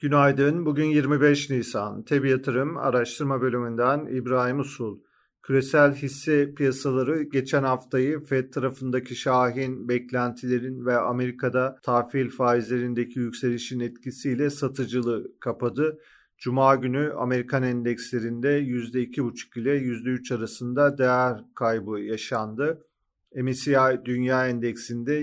Günaydın. Bugün 25 Nisan. TEB Yatırım Araştırma Bölümünden İbrahim Usul. Küresel hisse piyasaları geçen haftayı Fed tarafındaki şahin beklentilerin ve Amerika'da tahvil faizlerindeki yükselişin etkisiyle satıcılı kapadı. Cuma günü Amerikan endekslerinde %2,5 ile %3 arasında değer kaybı yaşandı. MSCI Dünya Endeksinde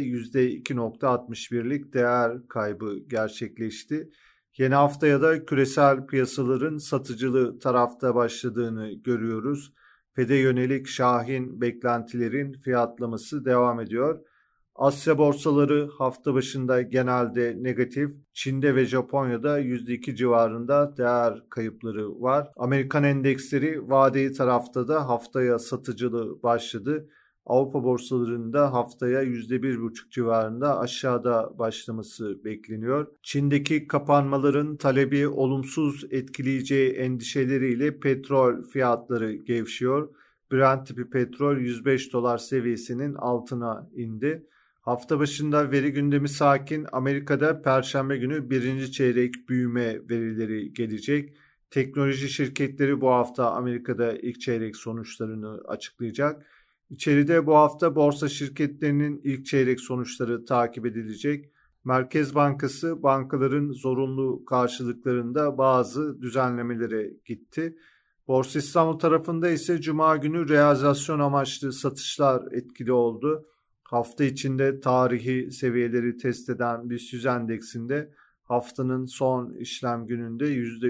%2,61'lik değer kaybı gerçekleşti. Yeni haftaya da küresel piyasaların satıcılı tarafta başladığını görüyoruz. Fed'e yönelik şahin beklentilerin fiyatlaması devam ediyor. Asya borsaları hafta başında genelde negatif. Çin'de ve Japonya'da %2 civarında değer kayıpları var. Amerikan endeksleri vadeli tarafta da haftaya satıcılı başladı. Avrupa borsalarında haftaya %1,5 civarında aşağıda başlaması bekleniyor. Çin'deki kapanmaların talebi olumsuz etkileyeceği endişeleriyle petrol fiyatları gevşiyor. Brent tipi petrol $105 seviyesinin altına indi. Hafta başında veri gündemi sakin. Amerika'da Perşembe günü birinci çeyrek büyüme verileri gelecek. Teknoloji şirketleri bu hafta Amerika'da ilk çeyrek sonuçlarını açıklayacak. İçeride bu hafta borsa şirketlerinin ilk çeyrek sonuçları takip edilecek. Merkez Bankası bankaların zorunlu karşılıklarında bazı düzenlemelere gitti. Borsa İstanbul tarafında ise Cuma günü realizasyon amaçlı satışlar etkili oldu. Hafta içinde tarihi seviyeleri test eden BIST 100 endeksinde haftanın son işlem gününde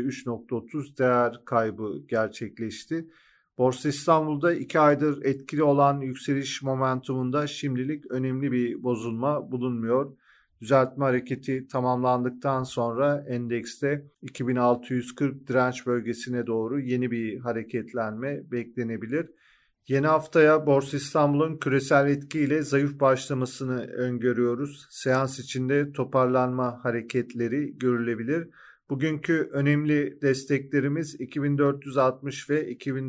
%3,30 değer kaybı gerçekleşti. Borsa İstanbul'da 2 aydır etkili olan yükseliş momentumunda şimdilik önemli bir bozulma bulunmuyor. Düzeltme hareketi tamamlandıktan sonra endekste 2640 direnç bölgesine doğru yeni bir hareketlenme beklenebilir. Yeni haftaya Borsa İstanbul'un küresel etkiyle zayıf başlamasını öngörüyoruz. Seans içinde toparlanma hareketleri görülebilir. Bugünkü önemli desteklerimiz 2460 ve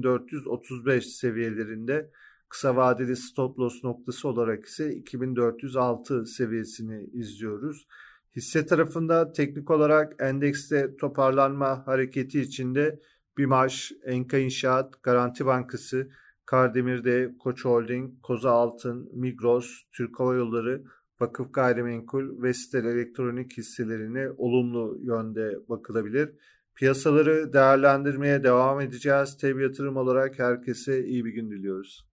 2435 seviyelerinde. Kısa vadeli stop loss noktası olarak ise 2406 seviyesini izliyoruz. Hisse tarafında teknik olarak endekste toparlanma hareketi içinde BİMAŞ, Enka İnşaat, Garanti Bankası, Kardemir'de Koç Holding, Koza Altın, Migros, Türk Hava Yolları, Vakıf Gayrimenkul, Vestel Elektronik hisselerine olumlu yönde bakılabilir. Piyasaları değerlendirmeye devam edeceğiz. TEB Yatırım olarak herkese iyi bir gün diliyoruz.